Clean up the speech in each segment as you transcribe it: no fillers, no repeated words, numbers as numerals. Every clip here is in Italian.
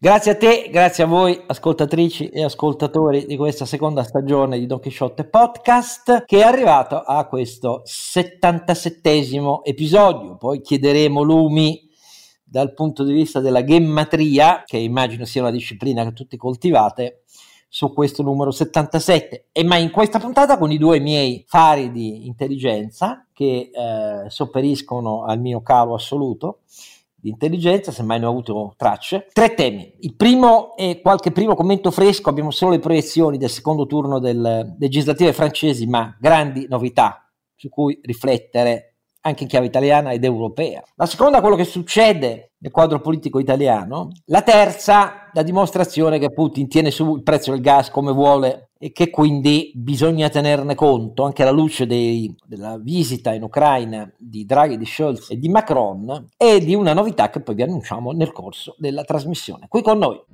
Grazie a te, grazie a voi ascoltatrici e ascoltatori di questa seconda stagione di Don Chisciotte Podcast, che è arrivato a questo 77esimo episodio. Poi chiederemo lumi dal punto di vista della gemmatria, che immagino sia una disciplina che tutti coltivate, su questo numero 77. Ma in questa puntata con i due miei fari di intelligenza che sopperiscono al mio calo assoluto di intelligenza, semmai ne ho avuto tracce. 3 temi. Il primo è qualche primo commento fresco, abbiamo solo le proiezioni del secondo turno delle legislative francesi, ma grandi novità su cui riflettere anche in chiave italiana ed europea. La seconda, quello che succede nel quadro politico italiano. La terza, la dimostrazione che Putin tiene su il prezzo del gas come vuole e che quindi bisogna tenerne conto anche alla luce della visita in Ucraina di Draghi, di Scholz e di Macron, e di una novità che poi vi annunciamo nel corso della trasmissione. Qui con noi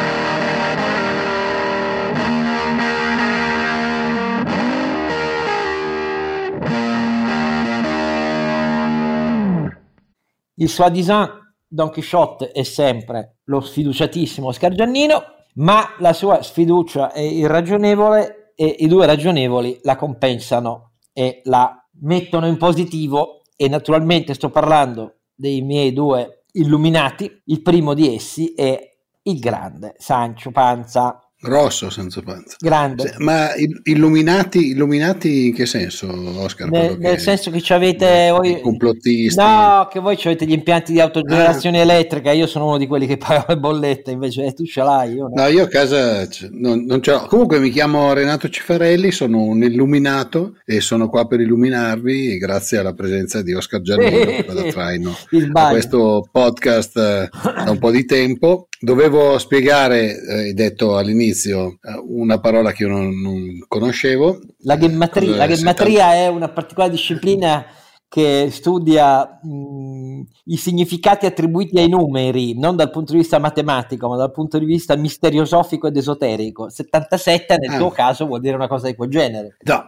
il soi-disant Don Chisciotte è sempre lo sfiduciatissimo Oscar Giannino, ma la sua sfiducia è irragionevole e i due ragionevoli la compensano e la mettono in positivo, e naturalmente sto parlando dei miei due illuminati. Il primo di essi è il grande Sancho Panza. Grosso Sancho Panza. Grande. Ma illuminati in che senso, Oscar? Nel senso che ci avete voi complottisti. No, che voi ci avete gli impianti di autogenerazione elettrica, io sono uno di quelli che paga le bollette, invece tu ce l'hai. Io no, io a casa non ce l'ho. Comunque mi chiamo Renato Cifarelli, sono un illuminato e sono qua per illuminarvi grazie alla presenza di Oscar Giannino che da traino a questo podcast da un po' di tempo. Dovevo spiegare, hai detto all'inizio, una parola che io non conoscevo. La gemmatria. La gemmatria è una particolare disciplina che studia i significati attribuiti ai numeri, non dal punto di vista matematico, ma dal punto di vista misteriosofico ed esoterico. 77 nel tuo caso vuol dire una cosa di quel genere. No,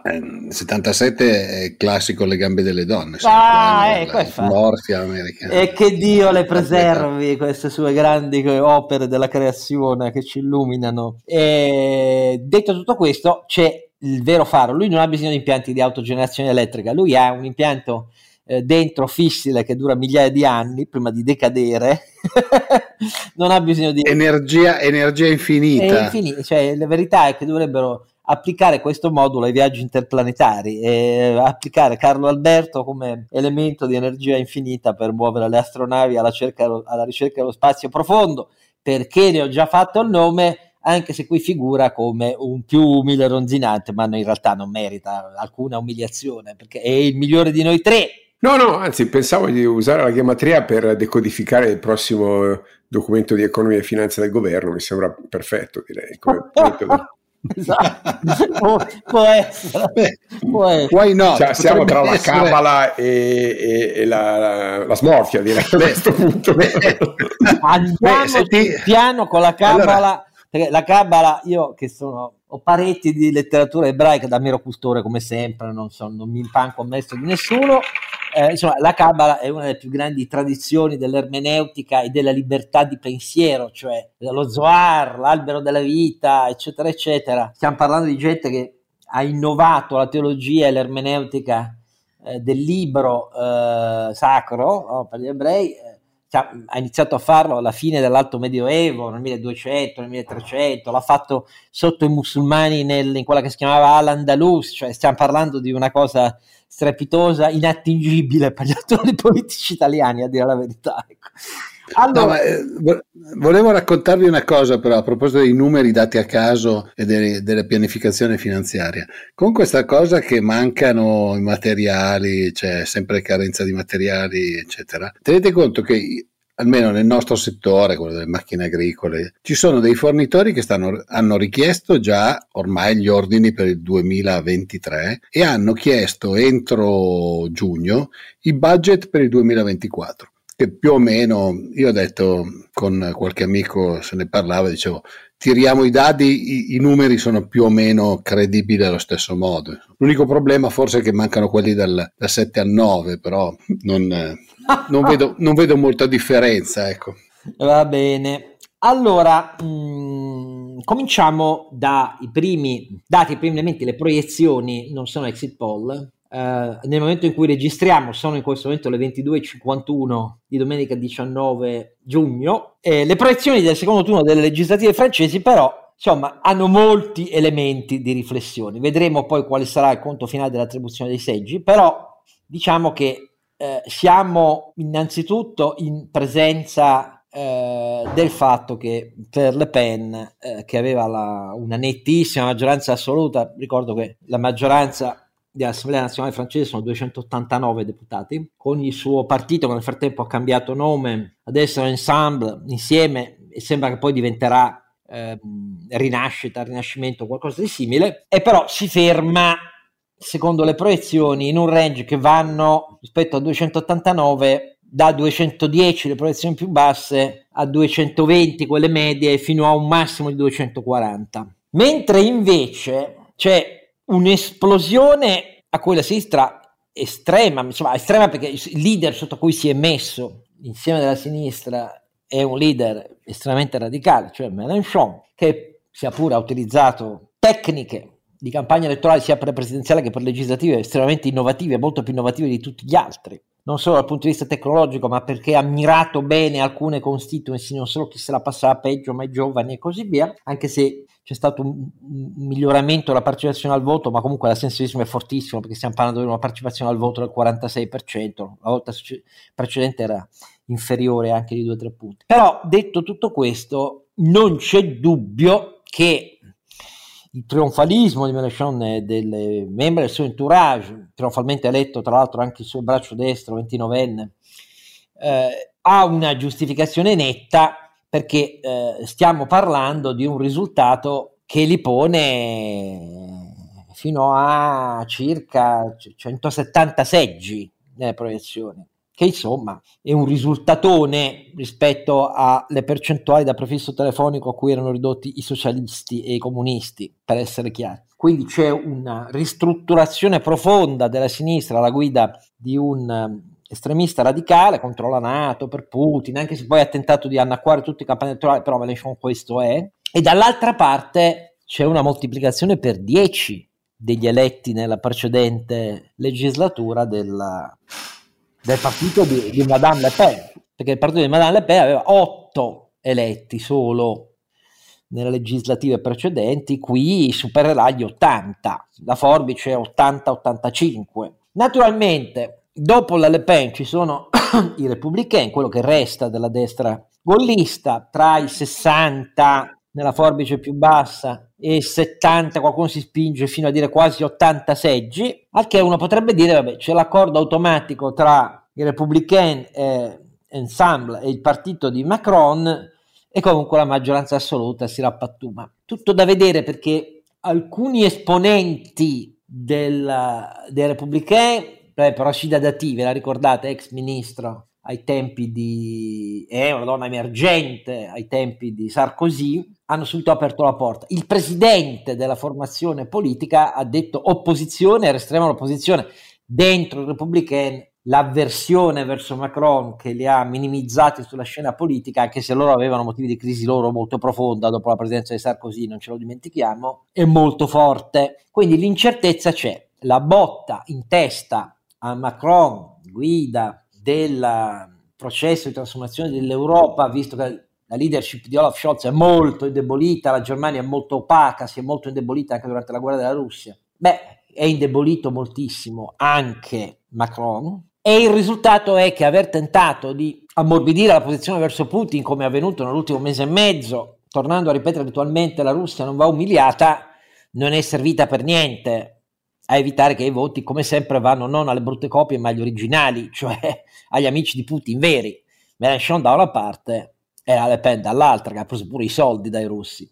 77 è classico le gambe delle donne. Morfia americana. E che Dio le preservi queste sue grandi opere della creazione che ci illuminano. E detto tutto questo, c'è il vero faro. Lui non ha bisogno di impianti di autogenerazione elettrica, lui ha un impianto dentro fissile che dura migliaia di anni prima di decadere. Non ha bisogno di energia infinita. Cioè, la verità è che dovrebbero applicare questo modulo ai viaggi interplanetari e applicare Carlo Alberto come elemento di energia infinita per muovere le astronavi alla ricerca dello spazio profondo, perché ne ho già fatto il nome, anche se qui figura come un più umile ronzinante, ma in realtà non merita alcuna umiliazione perché è il migliore di noi tre. No, anzi pensavo di usare la gemmatria per decodificare il prossimo documento di economia e finanza del governo, mi sembra perfetto, direi, come metodo. Esatto. Può essere. Why not? Cioè, siamo tra la cabala e la smorfia, direi, a questo punto. Andiamo piano con la cabala. Allora, perché la cabala, io che ho parecchi di letteratura ebraica da mero custode come sempre, non mi impanco ammesso di nessuno. Insomma, la cabala è una delle più grandi tradizioni dell'ermeneutica e della libertà di pensiero, cioè lo Zohar, l'albero della vita, eccetera eccetera. Stiamo parlando di gente che ha innovato la teologia e l'ermeneutica del libro sacro per gli ebrei. Ha iniziato a farlo alla fine dell'Alto Medioevo, nel 1200, nel 1300, l'ha fatto sotto i musulmani in quella che si chiamava Al-Andalus, cioè stiamo parlando di una cosa strepitosa, inattingibile per gli attori politici italiani, a dire la verità. Ecco. Allora, volevo raccontarvi una cosa però a proposito dei numeri dati a caso e della pianificazione finanziaria. Con questa cosa che mancano i materiali, c'è sempre carenza di materiali, eccetera. Tenete conto che almeno nel nostro settore, quello delle macchine agricole, ci sono dei fornitori che hanno richiesto già ormai gli ordini per il 2023 e hanno chiesto entro giugno i budget per il 2024. Che più o meno, io ho detto con qualche amico, se ne parlava, dicevo, tiriamo i dadi, i numeri sono più o meno credibili allo stesso modo. L'unico problema forse è che mancano quelli da 7 a 9, però non vedo molta differenza, ecco. Va bene. Allora, cominciamo dai primi dati, i primi elementi. Le proiezioni non sono exit poll. Nel momento in cui registriamo sono in questo momento le 22:51 di domenica 19 giugno. Le proiezioni del secondo turno delle legislative francesi però insomma hanno molti elementi di riflessione. Vedremo poi quale sarà il conto finale dell'attribuzione dei seggi, però diciamo che siamo innanzitutto in presenza del fatto che per Le Pen, che aveva una nettissima maggioranza assoluta, ricordo che la maggioranza dell'Assemblea nazionale francese sono 289 deputati, con il suo partito che nel frattempo ha cambiato nome, adesso è Ensemble, insieme, e sembra che poi diventerà Rinascimento o qualcosa di simile, e però si ferma secondo le proiezioni in un range che vanno rispetto a 289 da 210 le proiezioni più basse a 220 quelle medie fino a un massimo di 240, mentre invece c'è un'esplosione a cui la sinistra estrema perché il leader sotto cui si è messo insieme della sinistra è un leader estremamente radicale, cioè Mélenchon, che sia pure ha utilizzato tecniche di campagna elettorale sia per presidenziale che per legislative estremamente innovative, molto più innovative di tutti gli altri, non solo dal punto di vista tecnologico, ma perché ha mirato bene alcune constituency, non solo chi se la passava peggio, ma i giovani e così via, anche se c'è stato un miglioramento della partecipazione al voto, ma comunque l'astensionismo è fortissimo, perché stiamo parlando di una partecipazione al voto del 46%, la volta precedente era inferiore anche di 2-3 punti. Però detto tutto questo, non c'è dubbio che il trionfalismo di Mélenchon e delle membri del suo entourage, trionfalmente eletto tra l'altro anche il suo braccio destro, 29enne, ha una giustificazione netta, perché stiamo parlando di un risultato che li pone fino a circa 170 seggi nelle proiezioni, che insomma è un risultatone rispetto alle percentuali da prefisso telefonico a cui erano ridotti i socialisti e i comunisti, per essere chiari. Quindi c'è una ristrutturazione profonda della sinistra alla guida di un estremista radicale contro la NATO, per Putin, anche se poi ha tentato di annacquare tutti i campagni elettorali, però Mélenchon questo è. E dall'altra parte c'è una moltiplicazione per 10 degli eletti nella precedente legislatura del partito di Madame Le Pen, perché il partito di Madame Le Pen aveva 8 eletti solo nelle legislative precedenti, qui supererà gli 80, la forbice è 80-85. Naturalmente dopo la Le Pen ci sono i Républicains, quello che resta della destra gollista, tra i 60 nella forbice più bassa e 70, qualcuno si spinge fino a dire quasi 80 seggi, al che uno potrebbe dire vabbè, c'è l'accordo automatico tra i Républicains Ensemble e il partito di Macron e comunque la maggioranza assoluta si rappattuma. Tutto da vedere, perché alcuni esponenti dei Républicains, Rachida Dati, ve la ricordate, ex ministro ai tempi è una donna emergente ai tempi di Sarkozy, hanno subito aperto la porta. Il presidente della formazione politica ha detto opposizione, resteremo all'opposizione. Dentro i Républicains l'avversione verso Macron, che li ha minimizzati sulla scena politica, anche se loro avevano motivi di crisi loro molto profonda dopo la presidenza di Sarkozy, non ce lo dimentichiamo, è molto forte. Quindi l'incertezza c'è. La botta in testa a Macron, guida del processo di trasformazione dell'Europa, visto che la leadership di Olaf Scholz è molto indebolita, la Germania è molto opaca, si è molto indebolita anche durante la guerra della Russia. È indebolito moltissimo anche Macron, e il risultato è che aver tentato di ammorbidire la posizione verso Putin, come è avvenuto nell'ultimo mese e mezzo, tornando a ripetere abitualmente la Russia non va umiliata, non è servita per niente a evitare che i voti, come sempre, vanno non alle brutte copie ma agli originali, cioè agli amici di Putin veri. Mélenchon da una parte e la Le Pen dall'altra, che ha preso pure i soldi dai russi.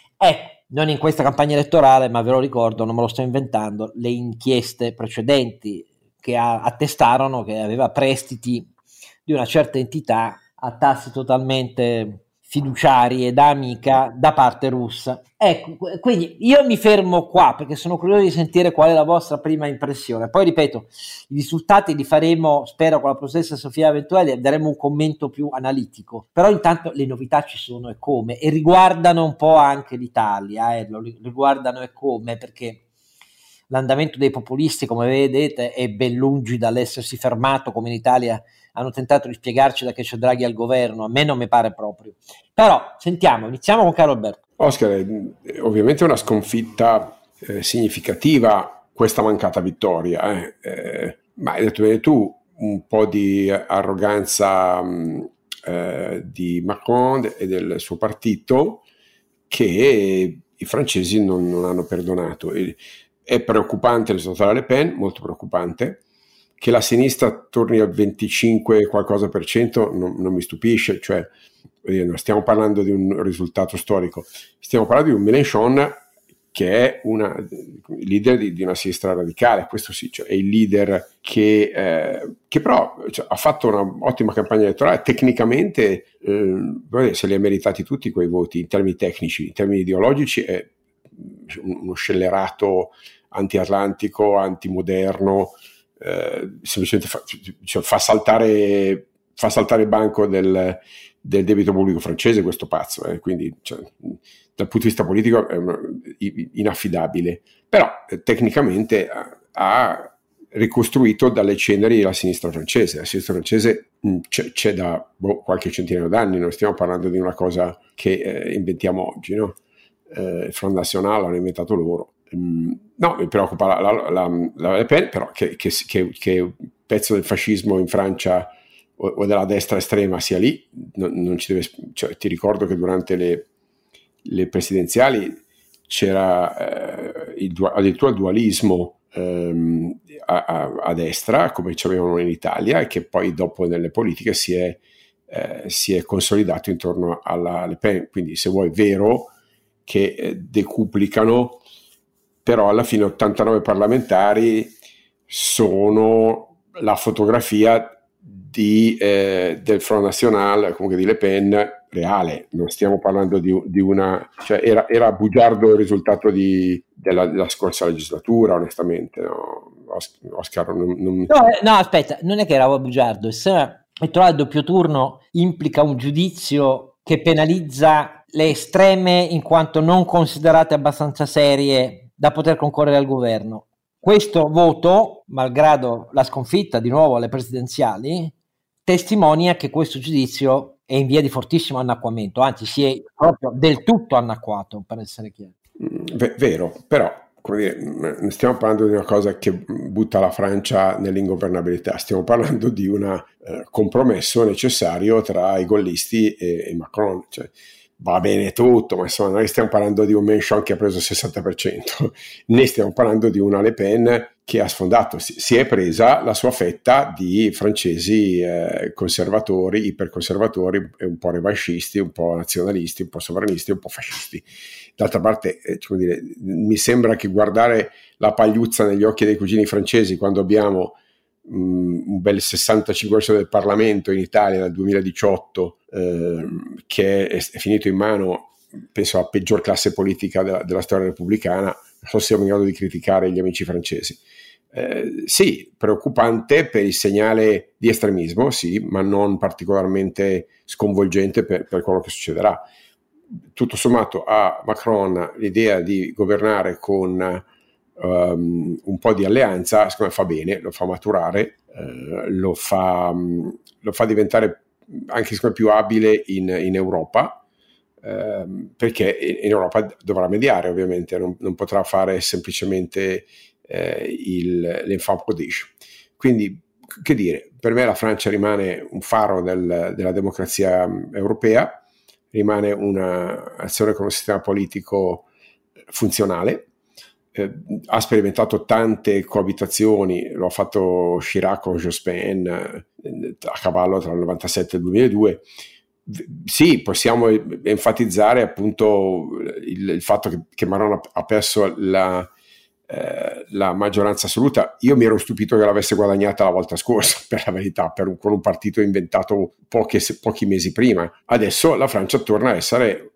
Non in questa campagna elettorale, ma ve lo ricordo, non me lo sto inventando, le inchieste precedenti che attestarono che aveva prestiti di una certa entità a tassi totalmente fiduciari ed amica da parte russa. Ecco, quindi io mi fermo qua perché sono curioso di sentire qual è la vostra prima impressione. Poi ripeto, i risultati li faremo, spero, con la professoressa Sofia Ventuelli e daremo un commento più analitico. Però intanto le novità ci sono e come, e riguardano un po' anche l'Italia, lo riguardano e come, perché l'andamento dei populisti, come vedete, è ben lungi dall'essersi fermato, come in Italia hanno tentato di spiegarci da che c'è Draghi al governo. A me non mi pare proprio. Però sentiamo, iniziamo con Carlo Alberto. Oscar, ovviamente è una sconfitta significativa questa mancata vittoria, ma hai detto bene tu, un po' di arroganza di Macron e del suo partito che i francesi non hanno perdonato. È preoccupante il risultato della Le Pen, molto preoccupante. Che la sinistra torni al 25 qualcosa per cento non mi stupisce, cioè non stiamo parlando di un risultato storico, stiamo parlando di un Mélenchon che è il leader di una sinistra radicale, questo sì, cioè è il leader che però ha fatto un'ottima campagna elettorale, tecnicamente se li ha meritati tutti quei voti in termini tecnici, in termini ideologici è uno scellerato anti-atlantico, antimoderno, semplicemente fa saltare il banco del debito pubblico francese questo pazzo, quindi dal punto di vista politico è inaffidabile, però tecnicamente ha ricostruito dalle ceneri la sinistra francese. La sinistra francese c'è da qualche centinaio d'anni, non stiamo parlando di una cosa che inventiamo oggi, no? Il Front National l'hanno inventato loro. No, mi preoccupa la Le Pen, però che un pezzo del fascismo in Francia o della destra estrema sia lì, non ci deve, cioè, ti ricordo che durante le presidenziali c'era addirittura il dualismo a destra, come ci avevano in Italia, e che poi dopo nelle politiche si è consolidato intorno alla Le Pen. Quindi, se vuoi, è vero che decuplicano, però alla fine 89 parlamentari sono la fotografia del Front National, comunque di Le Pen, reale. Non stiamo parlando di una, cioè era bugiardo il risultato della scorsa legislatura, onestamente, no? Oscar No, aspetta, non è che era bugiardo, il doppio turno implica un giudizio che penalizza le estreme in quanto non considerate abbastanza serie da poter concorrere al governo. Questo voto, malgrado la sconfitta di nuovo alle presidenziali, testimonia che questo giudizio è in via di fortissimo annacquamento, anzi si è proprio del tutto annacquato, per essere chiaro. Vero, però come dire, stiamo parlando di una cosa che butta la Francia nell'ingovernabilità, stiamo parlando di un compromesso necessario tra i gollisti e Macron, cioè va bene tutto, ma insomma non è che stiamo parlando di un Mélenchon che ha preso il 60%, né stiamo parlando di una Le Pen che ha sfondato, si è presa la sua fetta di francesi conservatori, iperconservatori, un po' revanscisti, un po' nazionalisti, un po' sovranisti, un po' fascisti. D'altra parte, come dire, mi sembra che guardare la pagliuzza negli occhi dei cugini francesi quando abbiamo un bel 65% del Parlamento in Italia dal 2018 che è finito in mano, penso, alla peggior classe politica della storia repubblicana, non so se siamo in grado di criticare gli amici francesi. Sì, preoccupante per il segnale di estremismo, sì, ma non particolarmente sconvolgente per quello che succederà. Tutto sommato a Macron l'idea di governare con un po' di alleanza, secondo me fa bene, lo fa maturare, lo fa diventare anche secondo me più abile in Europa, perché in Europa dovrà mediare, ovviamente, non potrà fare semplicemente l'enfant prodige. Quindi, che dire, per me la Francia rimane un faro della democrazia europea, rimane un'azione con un sistema politico funzionale. Ha sperimentato tante coabitazioni, lo ha fatto Chirac con Jospin a cavallo tra il 97 e il 2002. Sì, possiamo enfatizzare appunto il fatto che Macron ha perso la maggioranza assoluta. Io mi ero stupito che l'avesse guadagnata la volta scorsa, per la verità, con un partito inventato pochi mesi prima. Adesso la Francia torna a essere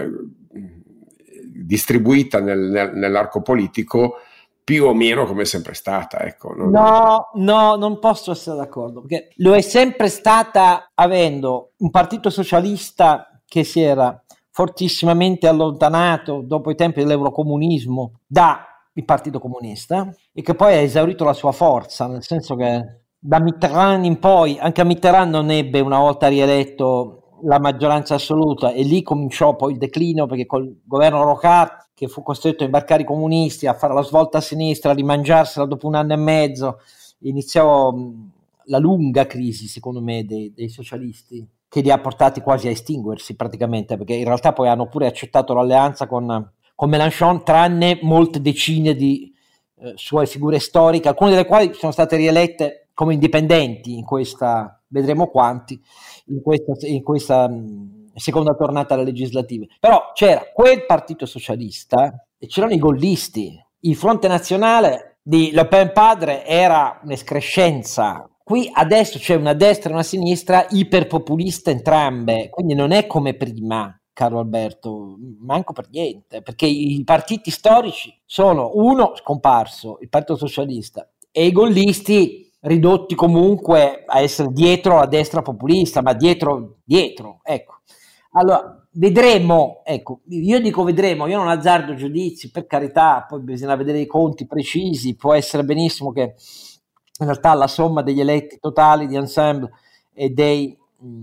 distribuita nell'arco politico più o meno come è sempre stata. Ecco, no, non posso essere d'accordo, perché lo è sempre stata avendo un partito socialista che si era fortissimamente allontanato dopo i tempi dell'eurocomunismo dal Partito Comunista e che poi ha esaurito la sua forza, nel senso che da Mitterrand in poi, anche a Mitterrand non ebbe una volta rieletto la maggioranza assoluta e lì cominciò poi il declino, perché col governo Rocard, che fu costretto a imbarcare i comunisti, a fare la svolta a sinistra, a rimangiarsela dopo 1 anno e mezzo, iniziò la lunga crisi, secondo me, dei socialisti, che li ha portati quasi a estinguersi praticamente, perché in realtà poi hanno pure accettato l'alleanza con Mélenchon, tranne molte decine di sue figure storiche, alcune delle quali sono state rielette come indipendenti in questa, vedremo quanti, in questa seconda tornata alle legislative. Però c'era quel partito socialista e c'erano i gollisti. Il Fronte Nazionale di Le Pen padre era un'escrescenza. Qui adesso c'è una destra e una sinistra iperpopulista entrambe, quindi non è come prima, caro Alberto, manco per niente, perché i partiti storici sono uno scomparso, il Partito Socialista, e i gollisti ridotti comunque a essere dietro la destra populista, ma dietro, ecco. Allora, vedremo, ecco, io dico vedremo, io non azzardo giudizi, per carità, poi bisogna vedere i conti precisi, può essere benissimo che in realtà la somma degli eletti totali di Ensemble e dei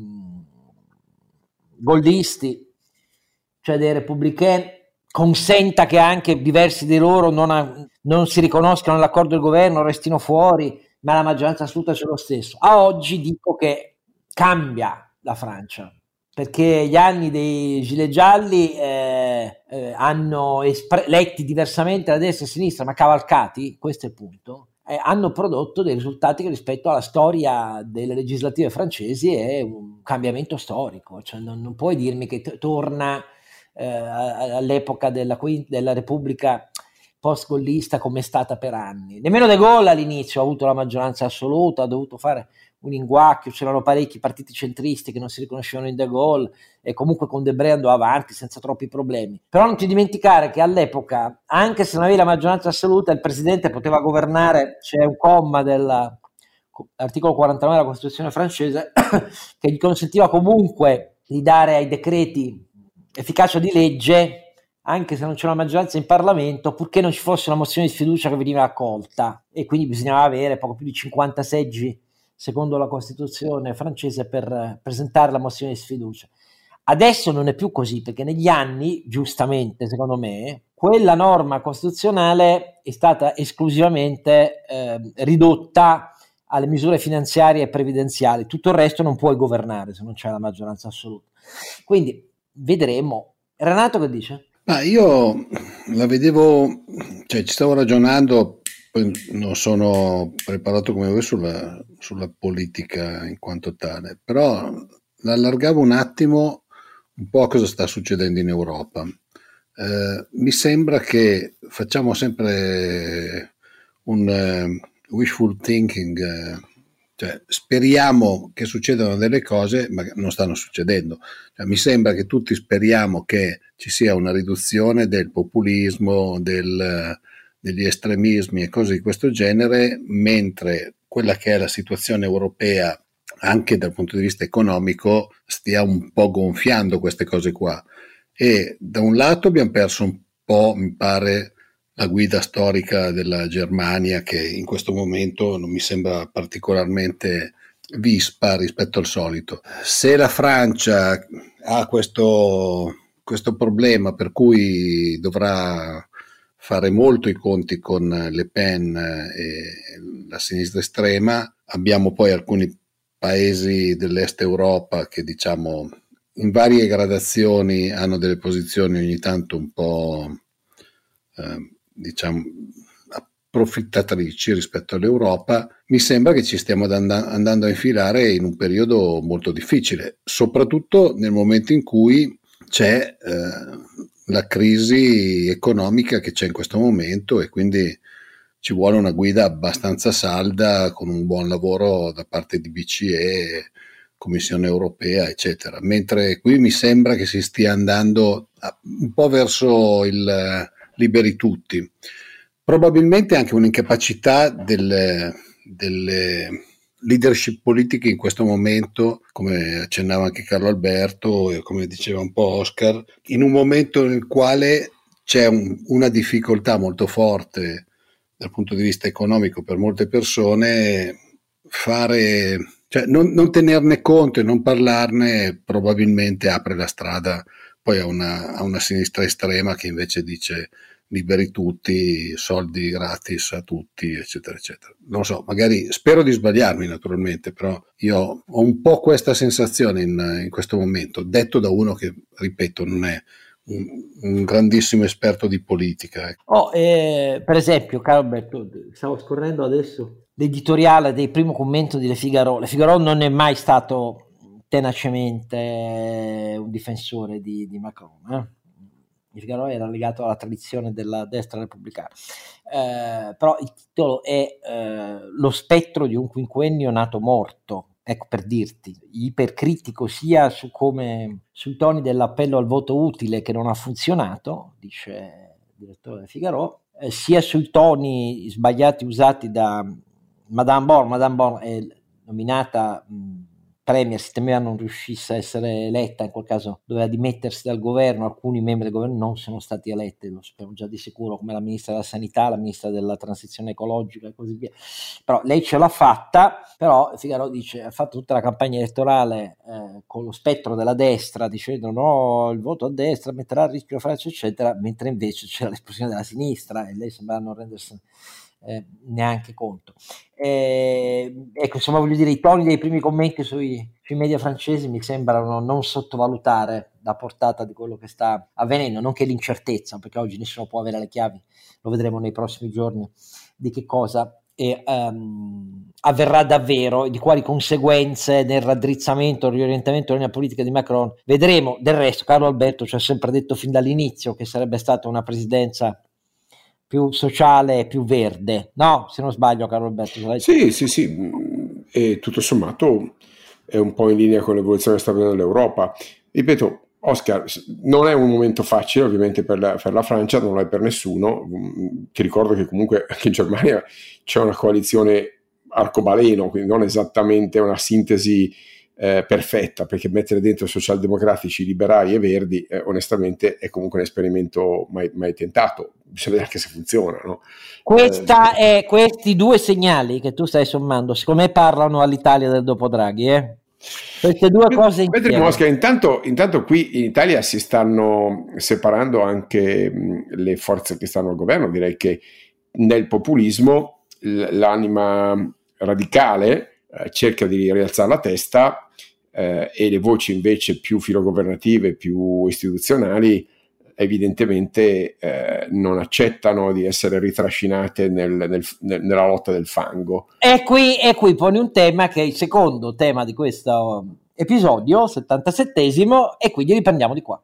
gollisti, cioè dei Républicains, consenta che anche diversi di loro non si riconoscano nell'accordo del governo, restino fuori, ma la maggioranza assoluta c'è lo stesso. A oggi dico che cambia la Francia, perché gli anni dei gilet gialli hanno letti diversamente da destra e a sinistra, ma cavalcati, questo è il punto, hanno prodotto dei risultati che rispetto alla storia delle legislative francesi è un cambiamento storico, cioè non puoi dirmi che torna all'epoca della Repubblica post-gollista come è stata per anni. Nemmeno De Gaulle all'inizio ha avuto la maggioranza assoluta, ha dovuto fare un inguacchio, c'erano parecchi partiti centristi che non si riconoscevano in De Gaulle e comunque con Debré andò avanti senza troppi problemi. Però non ti dimenticare che all'epoca, anche se non avevi la maggioranza assoluta, il presidente poteva governare, c'è un comma dell'articolo 49 della Costituzione francese che gli consentiva comunque di dare ai decreti efficacia di legge anche se non c'è una maggioranza in Parlamento, purché non ci fosse una mozione di sfiducia che veniva accolta, e quindi bisognava avere poco più di 50 seggi secondo la Costituzione francese per presentare la mozione di sfiducia. Adesso non è più così, perché negli anni, giustamente secondo me, quella norma costituzionale è stata esclusivamente ridotta alle misure finanziarie e previdenziali, tutto il resto non puoi governare se non c'è la maggioranza assoluta. Quindi vedremo. Renato che dice? Ma io la vedevo, cioè ci stavo ragionando, poi non sono preparato come voi sulla politica in quanto tale, però l'allargavo un attimo un po' a cosa sta succedendo in Europa. Mi sembra che facciamo sempre un wishful thinking, cioè speriamo che succedano delle cose ma non stanno succedendo. Cioè, mi sembra che tutti speriamo che ci sia una riduzione del populismo, degli estremismi e cose di questo genere, mentre quella che è la situazione europea anche dal punto di vista economico stia un po' gonfiando queste cose qua. E da un lato abbiamo perso un po', mi pare, la guida storica della Germania, che in questo momento non mi sembra particolarmente vispa rispetto al solito. Se la Francia ha questo problema per cui dovrà fare molto i conti con Le Pen e la sinistra estrema, abbiamo poi alcuni paesi dell'est Europa che diciamo in varie gradazioni hanno delle posizioni ogni tanto un po' diciamo approfittatrici rispetto all'Europa. Mi sembra che ci stiamo andando a infilare in un periodo molto difficile, soprattutto nel momento in cui c'è la crisi economica che c'è in questo momento, e quindi ci vuole una guida abbastanza salda, con un buon lavoro da parte di BCE, Commissione europea, eccetera. Mentre qui mi sembra che si stia andando un po' verso il liberi tutti. Probabilmente anche un'incapacità delle leadership politiche in questo momento, come accennava anche Carlo Alberto e come diceva un po' Oscar, in un momento nel quale c'è una difficoltà molto forte dal punto di vista economico per molte persone, cioè non tenerne conto e non parlarne probabilmente apre la strada poi a una sinistra estrema che invece dice liberi tutti, soldi gratis a tutti, eccetera, eccetera. Non so, magari spero di sbagliarmi naturalmente, però io ho un po' questa sensazione in questo momento, detto da uno che, ripeto, non è un grandissimo esperto di politica. Per esempio, caro Alberto, stavo scorrendo adesso l'editoriale del primo commento di Le Figaro. Le Figaro non è mai stato tenacemente un difensore di Macron. Il Figaro era legato alla tradizione della destra repubblicana, però il titolo è Lo spettro di un quinquennio nato morto. Ecco, per dirti, ipercritico sia sui toni dell'appello al voto utile che non ha funzionato, dice il direttore del Figaro, sia sui toni sbagliati usati da Madame Born. Madame Born è nominata premier, si temeva non riuscisse a essere eletta, in quel caso doveva dimettersi dal governo, alcuni membri del governo non sono stati eletti, lo sappiamo già di sicuro, come la ministra della sanità, la ministra della transizione ecologica e così via, però lei ce l'ha fatta. Però Figaro dice ha fatto tutta la campagna elettorale con lo spettro della destra, dicendo no, il voto a destra metterà a rischio la Francia, eccetera, mentre invece c'era l'esplosione della sinistra e lei sembrava non rendersi neanche conto. Ecco, insomma, voglio dire, i toni dei primi commenti sui media francesi mi sembrano non sottovalutare la portata di quello che sta avvenendo, non che l'incertezza, perché oggi nessuno può avere le chiavi, lo vedremo nei prossimi giorni, di che cosa avverrà davvero e di quali conseguenze nel raddrizzamento, il riorientamento della politica di Macron vedremo. Del resto Carlo Alberto ci ha sempre detto fin dall'inizio che sarebbe stata una presidenza più sociale e più verde, no? Se non sbaglio, Carlo Alberto. Sì, e tutto sommato è un po' in linea con l'evoluzione che sta avvenendo l'Europa. Ripeto, Oscar, non è un momento facile ovviamente per la Francia, non lo è per nessuno. Ti ricordo che comunque anche in Germania c'è una coalizione arcobaleno, quindi non esattamente una sintesi perfetta, perché mettere dentro socialdemocratici, liberali e verdi onestamente è comunque un esperimento mai tentato, bisogna vedere anche se funziona, no? Questi due segnali che tu stai sommando secondo me parlano all'Italia del dopo Draghi, queste due cose vedremo, Oscar. Intanto qui in Italia si stanno separando anche le forze che stanno al governo. Direi che nel populismo l'anima radicale cerca di rialzare la testa e le voci invece più filogovernative, più istituzionali, evidentemente non accettano di essere ritrascinate nella lotta del fango. E qui poni un tema che è il secondo tema di questo episodio, 77esimo, e quindi riprendiamo di qua.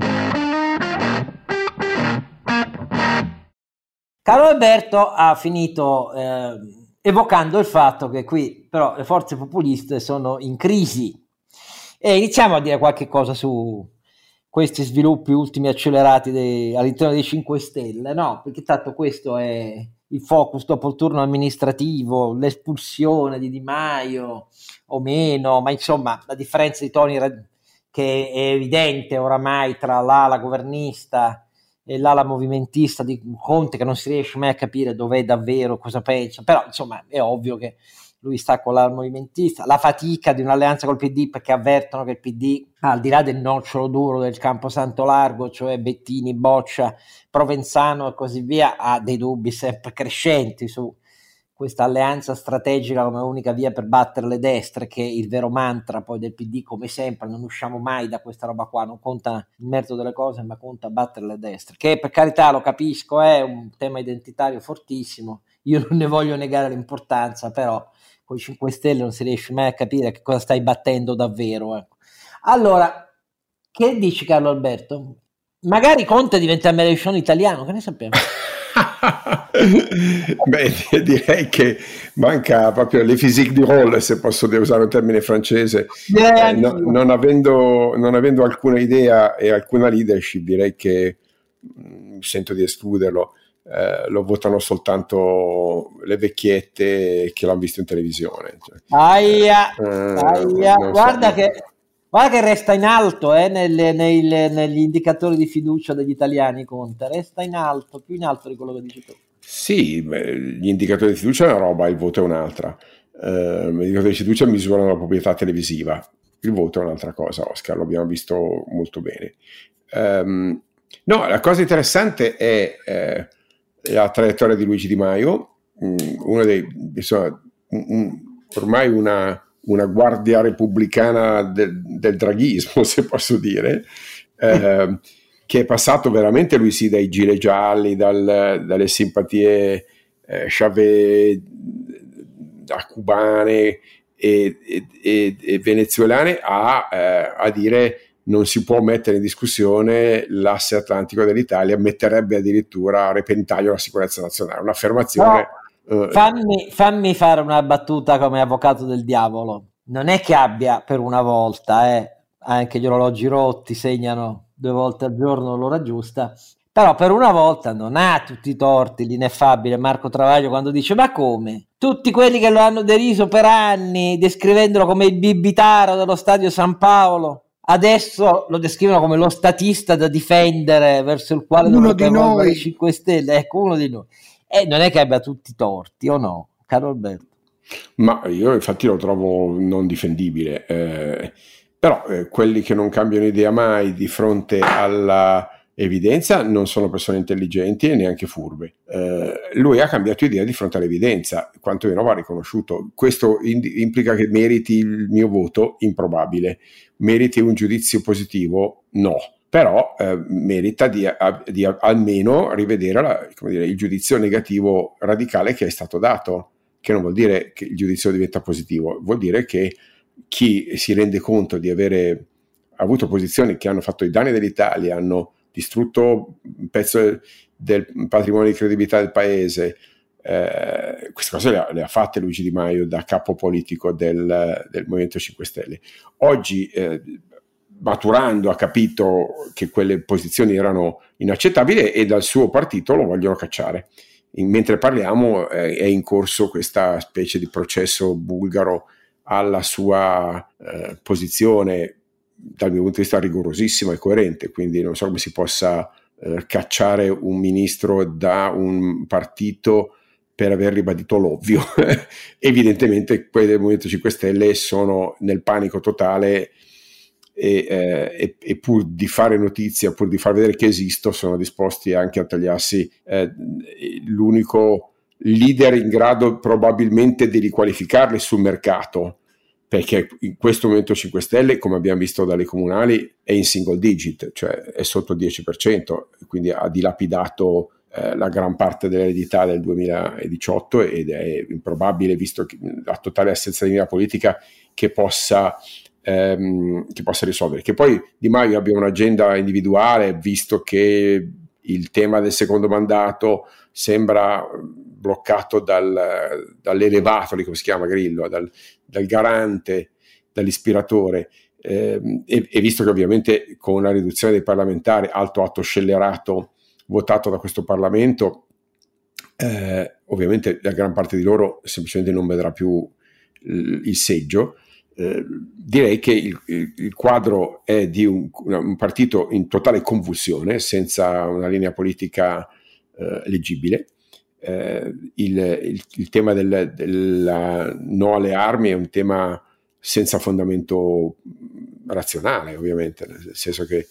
Carlo Alberto ha finito evocando il fatto che qui però le forze populiste sono in crisi, e iniziamo a dire qualche cosa su questi sviluppi ultimi accelerati all'interno dei 5 Stelle, no? Perché tanto questo è il focus dopo il turno amministrativo, l'espulsione di Di Maio o meno, ma insomma la differenza di toni che è evidente oramai tra l'ala governista e l'ala movimentista di Conte, che non si riesce mai a capire dov'è davvero, cosa pensa, però insomma è ovvio che lui sta con l'ala movimentista, la fatica di un'alleanza col PD, perché avvertono che il PD, al di là del nocciolo duro del Camposanto Largo, cioè Bettini, Boccia, Provenzano e così via, ha dei dubbi sempre crescenti su questa alleanza strategica come unica via per battere le destre, che è il vero mantra poi del PD, come sempre. Non usciamo mai da questa roba qua, non conta il merito delle cose, ma conta battere le destre, che per carità, lo capisco, è un tema identitario fortissimo, io non ne voglio negare l'importanza, però con i 5 Stelle non si riesce mai a capire che cosa stai battendo davvero. Allora, che dici Carlo Alberto? Magari Conte diventa Mélenchon italiano, che ne sappiamo? Beh, direi che manca proprio le physique du rôle, se posso usare un termine francese. Non avendo alcuna idea e alcuna leadership, direi che sento di escluderlo. Lo votano soltanto le vecchiette che l'hanno visto in televisione. Guarda che resta in alto negli indicatori di fiducia degli italiani. Conte resta in alto, più in alto di quello che dici tu. Sì, gli indicatori di fiducia è una roba, il voto è un'altra. Gli indicatori di fiducia misurano la proprietà televisiva, il voto è un'altra cosa, Oscar, lo abbiamo visto molto bene. No, la cosa interessante è la traiettoria di Luigi Di Maio, ormai una guardia repubblicana del draghismo, se posso dire, che è passato veramente, lui sì, dai gilet gialli, dalle simpatie Chavez, cubane e venezuelane a dire non si può mettere in discussione l'asse atlantico dell'Italia, metterebbe addirittura a repentaglio la sicurezza nazionale. Un'affermazione. No, fammi fare una battuta come avvocato del diavolo. Non è che abbia per una volta, anche gli orologi rotti segnano 2 volte al giorno l'ora giusta, però per una volta non ha tutti i torti l'ineffabile Marco Travaglio quando dice: ma come? Tutti quelli che lo hanno deriso per anni, descrivendolo come il bibitaro dello stadio San Paolo, adesso lo descrivono come lo statista da difendere, verso il quale dovrebbe evolvere 5 Stelle. Ecco, uno di noi. E non è che abbia tutti i torti, o no, caro Alberto? Ma io infatti lo trovo non difendibile, però quelli che non cambiano idea mai di fronte alla evidenza non sono persone intelligenti e neanche furbe. Lui ha cambiato idea di fronte all'evidenza, quantomeno va riconosciuto. Questo implica che meriti il mio voto? Improbabile. Meriti un giudizio positivo? No. Però merita di almeno rivedere il giudizio negativo radicale che è stato dato, che non vuol dire che il giudizio diventa positivo, vuol dire che chi si rende conto di avere avuto posizioni che hanno fatto i danni dell'Italia, hanno distrutto un pezzo del patrimonio di credibilità del paese, queste cose le ha fatte Luigi Di Maio da capo politico del Movimento 5 Stelle. Oggi maturando ha capito che quelle posizioni erano inaccettabili e dal suo partito lo vogliono cacciare. Mentre parliamo è in corso questa specie di processo bulgaro alla sua posizione, dal mio punto di vista rigorosissima e coerente, quindi non so come si possa cacciare un ministro da un partito per aver ribadito l'ovvio. Evidentemente quelli del Movimento 5 Stelle sono nel panico totale e pur di fare notizia, pur di far vedere che esisto, sono disposti anche a tagliarsi l'unico leader in grado probabilmente di riqualificarli sul mercato, perché in questo Movimento 5 Stelle, come abbiamo visto dalle comunali, è in single digit, cioè è sotto il 10%, quindi ha dilapidato la gran parte dell'eredità del 2018 ed è improbabile, visto la totale assenza di linea politica, che possa risolvere. Che poi Di Maio abbia un'agenda individuale, visto che il tema del secondo mandato sembra bloccato dall'elevato, come si chiama Grillo, dal garante, dall'ispiratore, e visto che ovviamente con la riduzione dei parlamentari, alto atto scellerato votato da questo Parlamento, ovviamente la gran parte di loro semplicemente non vedrà più il seggio. Direi che il quadro è di un partito in totale convulsione, senza una linea politica leggibile. Il tema della no alle armi è un tema senza fondamento razionale, ovviamente, nel senso che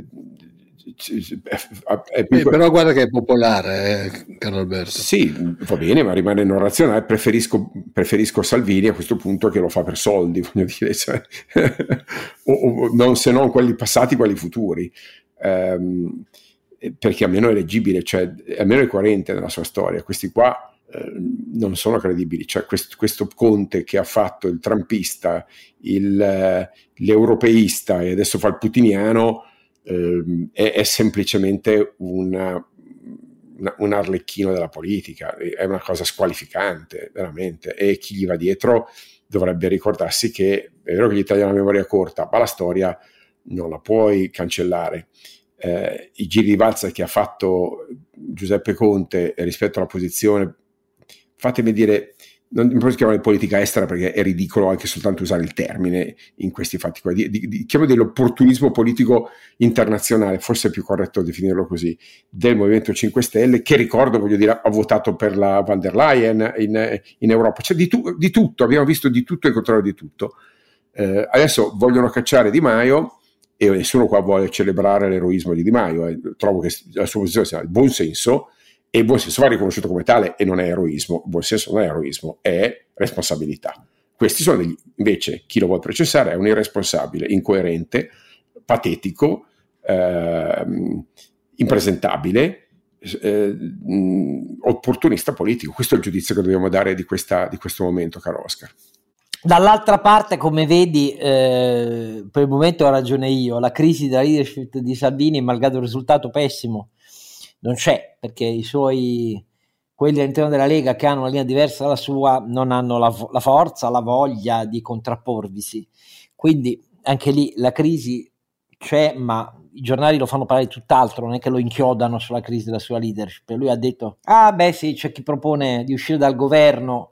però guarda che è popolare, caro Alberto. Sì, va bene, ma rimane non razionale. Preferisco Salvini a questo punto, che lo fa per soldi, voglio dire, cioè, se non quelli passati, quelli futuri, perché almeno è leggibile, cioè almeno è coerente nella sua storia. Questi qua non sono credibili, cioè questo Conte che ha fatto il trumpista, l'europeista e adesso fa il putiniano, è semplicemente un arlecchino della politica, è una cosa squalificante veramente, e chi gli va dietro dovrebbe ricordarsi che è vero che gli italiani hanno memoria corta, ma la storia non la puoi cancellare. I giri di valzer che ha fatto Giuseppe Conte rispetto alla posizione, fatemi dire, non posso chiamare politica estera perché è ridicolo anche soltanto usare il termine in questi fatti qua, chiamo dell'opportunismo politico internazionale, forse è più corretto definirlo così, del Movimento 5 Stelle, che ricordo, voglio dire, ha votato per la von der Leyen in Europa, cioè di tutto, abbiamo visto di tutto e il contrario di tutto. Adesso vogliono cacciare Di Maio e nessuno qua vuole celebrare l'eroismo di Di Maio, trovo che la sua posizione sia il buon senso, e il buon senso va riconosciuto come tale e non è eroismo. Il buon senso non è eroismo, è responsabilità. Questi sono invece, chi lo vuole processare è un irresponsabile, incoerente, patetico, impresentabile, opportunista politico. Questo è il giudizio che dobbiamo dare di questo momento, caro Oscar. Dall'altra parte, come vedi, per il momento ho ragione io, la crisi della leadership di Salvini, malgrado il risultato pessimo, non c'è, perché quelli all'interno della Lega che hanno una linea diversa dalla sua non hanno la forza, la voglia di contrapporvisi. Quindi anche lì la crisi c'è, ma i giornali lo fanno parlare di tutt'altro, non è che lo inchiodano sulla crisi della sua leadership. Lui ha detto, sì, c'è chi propone di uscire dal governo,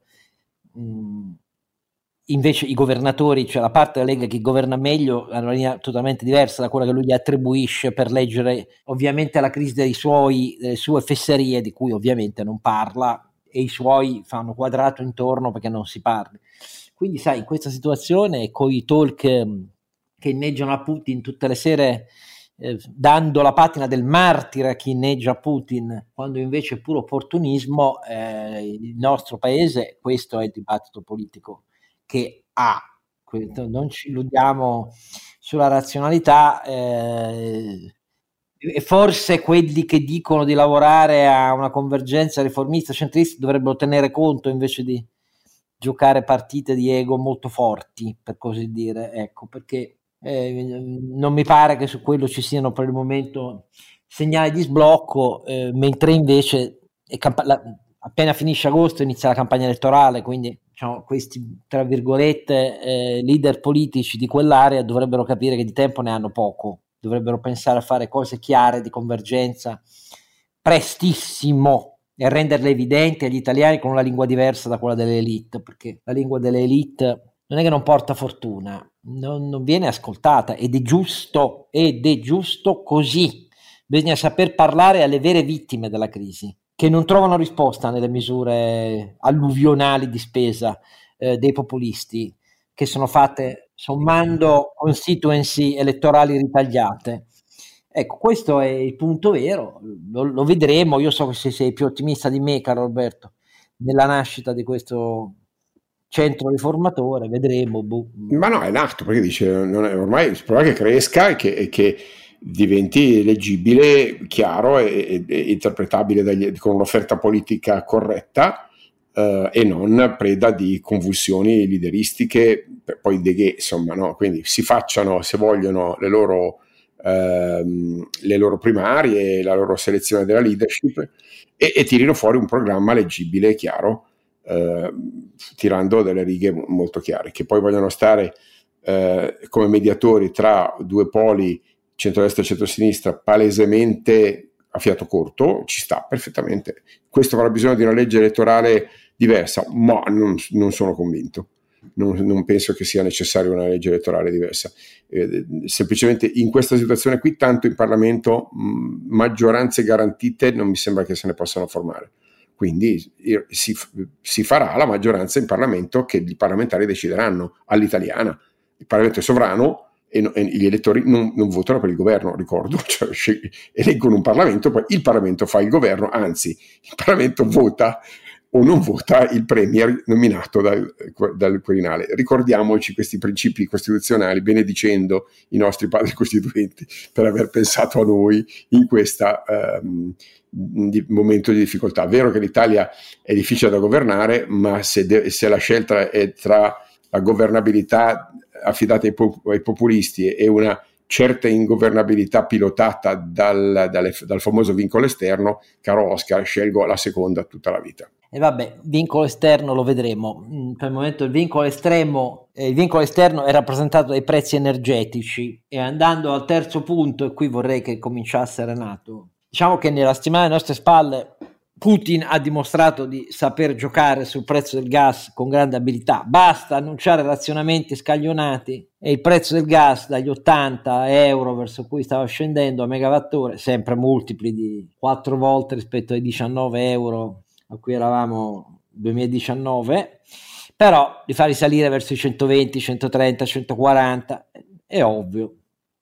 invece i governatori, cioè la parte della Lega che governa meglio, hanno una linea totalmente diversa da quella che lui gli attribuisce per leggere ovviamente la crisi delle sue fesserie, di cui ovviamente non parla, e i suoi fanno quadrato intorno perché non si parli. Quindi sai, in questa situazione, con i talk che inneggiano a Putin tutte le sere, dando la patina del martire a chi inneggia Putin, quando invece è puro opportunismo, il nostro paese, questo è il dibattito politico che ha, non ci illudiamo sulla razionalità, e forse quelli che dicono di lavorare a una convergenza riformista centrista dovrebbero tenere conto invece di giocare partite di ego molto forti, per così dire, ecco, perché non mi pare che su quello ci siano per il momento segnali di sblocco, mentre invece appena finisce agosto inizia la campagna elettorale, quindi diciamo, questi tra virgolette leader politici di quell'area dovrebbero capire che di tempo ne hanno poco, dovrebbero pensare a fare cose chiare di convergenza prestissimo e renderle evidenti agli italiani con una lingua diversa da quella delle elite, perché la lingua delle elite non è che non porta fortuna, non viene ascoltata, ed è giusto così. Bisogna saper parlare alle vere vittime della crisi, che non trovano risposta nelle misure alluvionali di spesa dei populisti, che sono fatte sommando constituency elettorali ritagliate. Ecco, questo è il punto vero, lo vedremo. Io so che se sei più ottimista di me, caro Roberto, nella nascita di questo centro riformatore, vedremo. Ma no, è nato, perché dice, ormai si prova che cresca e che diventi leggibile, chiaro e interpretabile con un'offerta politica corretta, e non preda di convulsioni lideristiche, poi insomma, no? Quindi si facciano, se vogliono, le loro primarie, la loro selezione della leadership e tirino fuori un programma leggibile e chiaro, tirando delle righe molto chiare, che poi vogliono stare come mediatori tra due poli, centrodestra e centrosinistra, palesemente a fiato corto. Ci sta perfettamente. Questo avrà bisogno di una legge elettorale diversa, ma non sono convinto. Non penso che sia necessaria una legge elettorale diversa. Semplicemente in questa situazione qui, tanto in Parlamento maggioranze garantite non mi sembra che se ne possano formare. Quindi si farà la maggioranza in Parlamento che i parlamentari decideranno all'italiana. Il Parlamento è sovrano e gli elettori non votano per il governo, ricordo, cioè eleggono un Parlamento, poi il Parlamento fa il governo, anzi il Parlamento vota o non vota il premier nominato dal Quirinale. Ricordiamoci questi principi costituzionali, benedicendo i nostri padri costituenti per aver pensato a noi in questo momento di difficoltà. È vero che l'Italia è difficile da governare, ma se la scelta è tra la governabilità affidata ai populisti e una certa ingovernabilità pilotata dal famoso vincolo esterno, caro Oscar, scelgo la seconda tutta la vita. E vabbè, vincolo esterno lo vedremo. Per il momento il vincolo esterno è rappresentato dai prezzi energetici, e andando al terzo punto, e qui vorrei che cominciasse Renato, diciamo che nella settimana alle nostre spalle Putin ha dimostrato di saper giocare sul prezzo del gas con grande abilità. Basta annunciare razionamenti scaglionati e il prezzo del gas dagli 80 euro verso cui stava scendendo a megawattora, sempre multipli di 4 volte rispetto ai 19 euro a cui eravamo 2019, però li fa risalire verso i 120, 130, 140, è ovvio.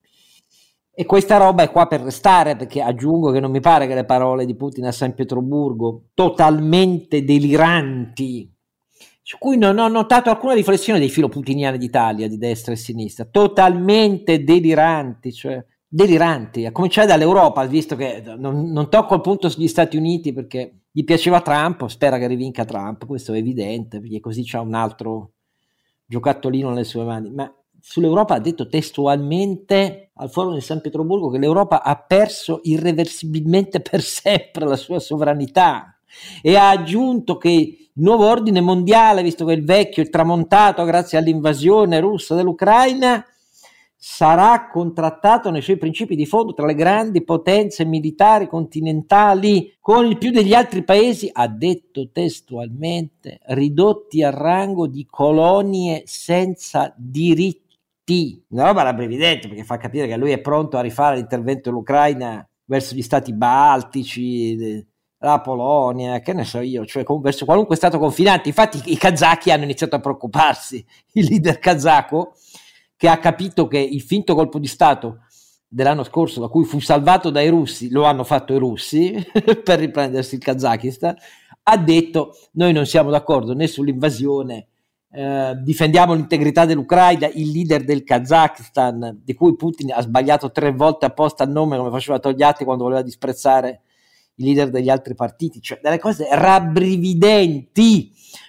E questa roba è qua per restare, perché aggiungo che non mi pare che le parole di Putin a San Pietroburgo, totalmente deliranti, su cui non ho notato alcuna riflessione dei filoputiniani d'Italia, di destra e sinistra, totalmente deliranti, cioè deliranti, a cominciare dall'Europa, visto che non tocco il punto sugli Stati Uniti perché gli piaceva Trump, spera che rivinca Trump, questo è evidente, perché così c'ha un altro giocattolino nelle sue mani, ma sull'Europa ha detto testualmente al forum di San Pietroburgo che l'Europa ha perso irreversibilmente per sempre la sua sovranità, e ha aggiunto che il nuovo ordine mondiale, visto che il vecchio è tramontato grazie all'invasione russa dell'Ucraina, sarà contrattato nei suoi principi di fondo tra le grandi potenze militari continentali, con il più degli altri paesi, ha detto testualmente, ridotti al rango di colonie senza diritti. Una roba rabbrividente, perché fa capire che lui è pronto a rifare l'intervento dell'Ucraina verso gli stati baltici, la Polonia, che ne so io, cioè verso qualunque stato confinante. Infatti i kazaki hanno iniziato a preoccuparsi, il leader kazako, che ha capito che il finto colpo di stato dell'anno scorso, da cui fu salvato dai russi, lo hanno fatto i russi per riprendersi il Kazakistan, ha detto: noi non siamo d'accordo né sull'invasione, difendiamo l'integrità dell'Ucraina. Il leader del Kazakistan, di cui Putin ha sbagliato 3 volte apposta il nome, come faceva Togliatti quando voleva disprezzare i leader degli altri partiti, cioè delle cose rabbrividenti.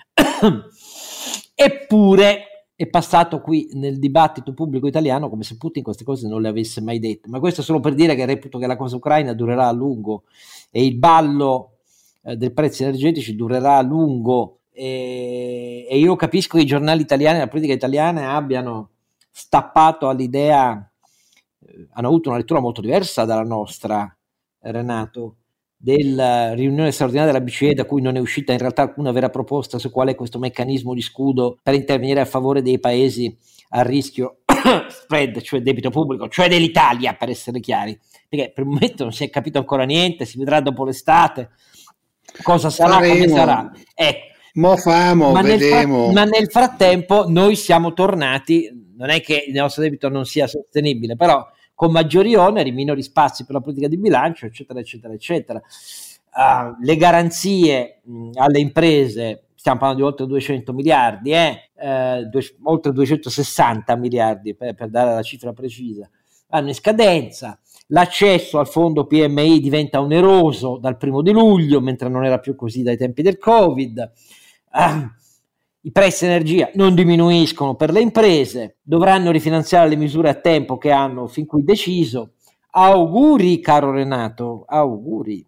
Eppure è passato qui nel dibattito pubblico italiano come se Putin queste cose non le avesse mai dette. Ma questo solo per dire che reputo che la cosa ucraina durerà a lungo, e il ballo dei prezzi energetici durerà a lungo, e io capisco che i giornali italiani, la politica italiana abbiano stappato all'idea, hanno avuto una lettura molto diversa dalla nostra, Renato, della riunione straordinaria della BCE, da cui non è uscita in realtà alcuna vera proposta su qual è questo meccanismo di scudo per intervenire a favore dei paesi a rischio spread, cioè debito pubblico, cioè dell'Italia, per essere chiari, perché per il momento non si è capito ancora niente, si vedrà dopo l'estate cosa sarà, come sarà. Ma nel frattempo noi siamo tornati, non è che il nostro debito non sia sostenibile, però con maggiori oneri, minori spazi per la politica di bilancio, eccetera, eccetera, eccetera. Le garanzie alle imprese, stiamo parlando di oltre 200 miliardi, oltre 260 miliardi per dare la cifra precisa, hanno in scadenza. L'accesso al fondo PMI diventa oneroso dal 1 di luglio, mentre non era più così dai tempi del Covid. I prezzi energia non diminuiscono per le imprese, dovranno rifinanziare le misure a tempo che hanno fin qui deciso. Auguri, caro Renato, auguri.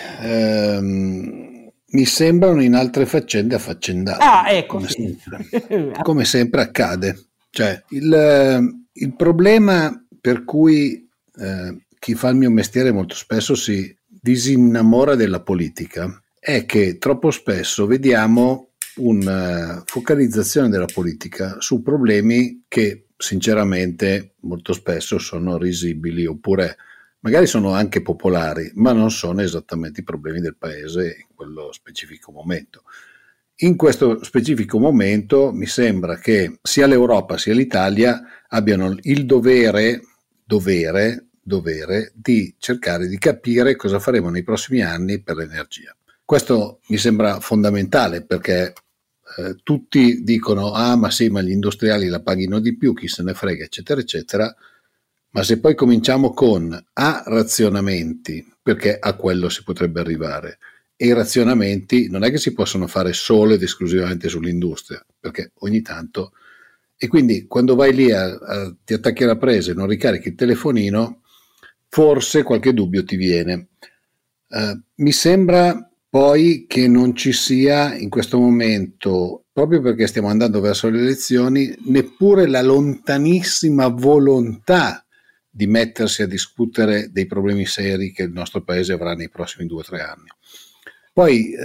Mi sembrano in altre faccende affaccendate. Ecco, come sempre accade. Cioè, il problema per cui chi fa il mio mestiere molto spesso si disinnamora della politica è che troppo spesso vediamo una focalizzazione della politica su problemi che sinceramente molto spesso sono risibili, oppure magari sono anche popolari, ma non sono esattamente i problemi del paese in quello specifico momento. In questo specifico momento mi sembra che sia l'Europa sia l'Italia abbiano il dovere di cercare di capire cosa faremo nei prossimi anni per l'energia. Questo mi sembra fondamentale, perché tutti dicono ma sì, ma gli industriali la paghino di più, chi se ne frega, eccetera eccetera, ma se poi cominciamo con razionamenti, perché a quello si potrebbe arrivare, e i razionamenti non è che si possono fare solo ed esclusivamente sull'industria, perché ogni tanto E quindi quando vai lì ti attacchi alla presa e non ricarichi il telefonino, forse qualche dubbio ti viene. Mi sembra poi che non ci sia in questo momento, proprio perché stiamo andando verso le elezioni, neppure la lontanissima volontà di mettersi a discutere dei problemi seri che il nostro paese avrà nei prossimi 2 o 3 anni. Poi,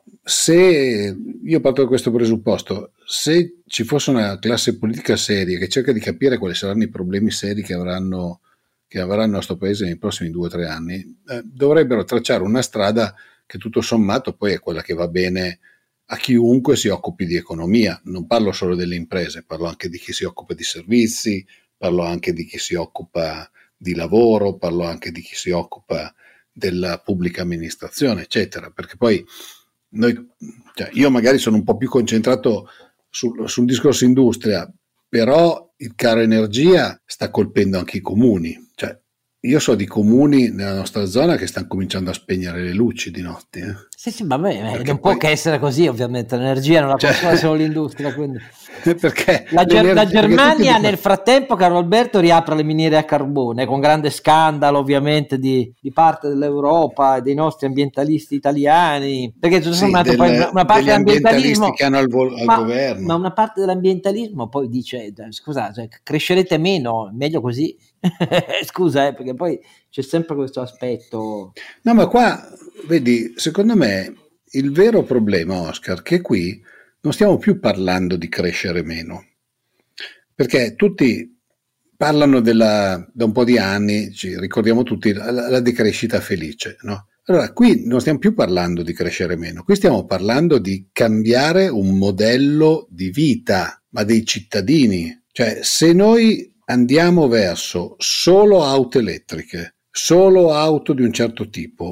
se io parto da questo presupposto, se ci fosse una classe politica seria che cerca di capire quali saranno i problemi seri che avrà il nostro paese nei prossimi 2 o 3 anni, dovrebbero tracciare una strada che tutto sommato poi è quella che va bene a chiunque si occupi di economia. Non parlo solo delle imprese, parlo anche di chi si occupa di servizi, parlo anche di chi si occupa di lavoro, parlo anche di chi si occupa della pubblica amministrazione, eccetera, perché poi io magari sono un po' più concentrato sul discorso industria, però il caro energia sta colpendo anche i comuni. Io so di comuni nella nostra zona che stanno cominciando a spegnere le luci di notte. Sì, vabbè, non può che essere così, ovviamente. L'energia non la consuma solo l'industria. Quindi. Perché la Germania nel frattempo, caro Alberto, riapre le miniere a carbone, con grande scandalo ovviamente di parte dell'Europa e dei nostri ambientalisti italiani, perché tutto sommato poi una parte dell'ambientalismo che hanno al governo. Ma una parte dell'ambientalismo poi dice, scusate, crescerete meno, meglio così. Scusa, perché poi c'è sempre questo aspetto. No, ma qua, vedi, secondo me il vero problema, Oscar, che qui non stiamo più parlando di crescere meno, perché tutti parlano da un po' di anni, ci ricordiamo tutti la decrescita felice, no? Allora, qui non stiamo più parlando di crescere meno, qui stiamo parlando di cambiare un modello di vita, ma dei cittadini. Cioè, se noi andiamo verso solo auto elettriche, solo auto di un certo tipo,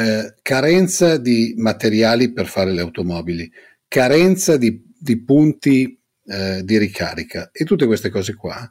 carenza di materiali per fare le automobili, carenza di punti di ricarica e tutte queste cose qua,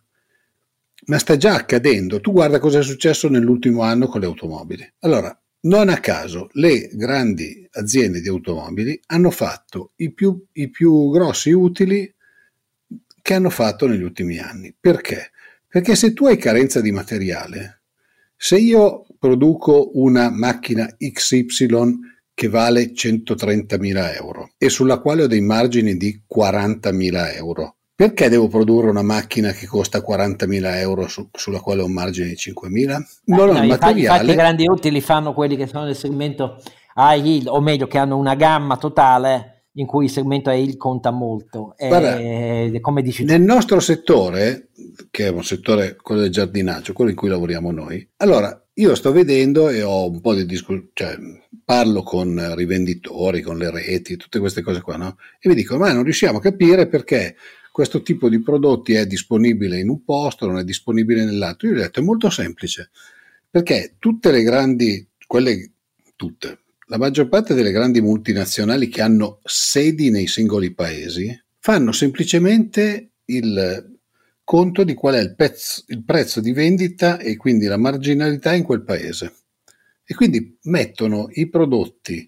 ma sta già accadendo. Tu guarda cosa è successo nell'ultimo anno con le automobili. Allora, non a caso le grandi aziende di automobili hanno fatto i più grossi utili che hanno fatto negli ultimi anni. Perché? Perché se tu hai carenza di materiale, se io produco una macchina XY che vale 130.000 euro e sulla quale ho dei margini di 40.000 euro, perché devo produrre una macchina che costa 40.000 euro sulla quale ho un margine di 5.000? Non ho il materiale. Infatti i grandi utili fanno quelli che sono nel segmento high yield, o meglio che hanno una gamma totale in cui il segmento high yield conta molto. Guarda, come dici nel nostro settore, che è un settore, quello del giardinaggio, quello in cui lavoriamo noi, allora io sto vedendo e ho un po' di parlo con rivenditori, con le reti, tutte queste cose qua, no? E mi dicono, ma non riusciamo a capire perché questo tipo di prodotti è disponibile in un posto, non è disponibile nell'altro. Io gli ho detto, è molto semplice, perché la maggior parte delle grandi multinazionali che hanno sedi nei singoli paesi fanno semplicemente il conto di qual è il prezzo di vendita e quindi la marginalità in quel paese. E quindi mettono i prodotti